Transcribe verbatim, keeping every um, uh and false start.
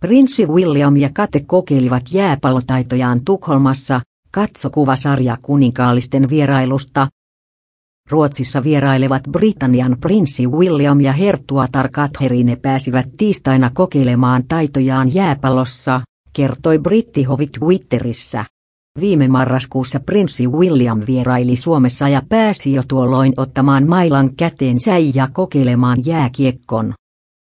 Prinssi William ja Kate kokeilivat jääpallotaitojaan Tukholmassa, katso kuvasarja kuninkaallisten vierailusta. Ruotsissa vierailevat Britannian prinssi William ja herttuatar Catherine pääsivät tiistaina kokeilemaan taitojaan jääpallossa, kertoi brittihovi Twitterissä. Viime marraskuussa prinssi William vieraili Suomessa ja pääsi jo tuolloin ottamaan mailan käteensä ja kokeilemaan jääkiekkon.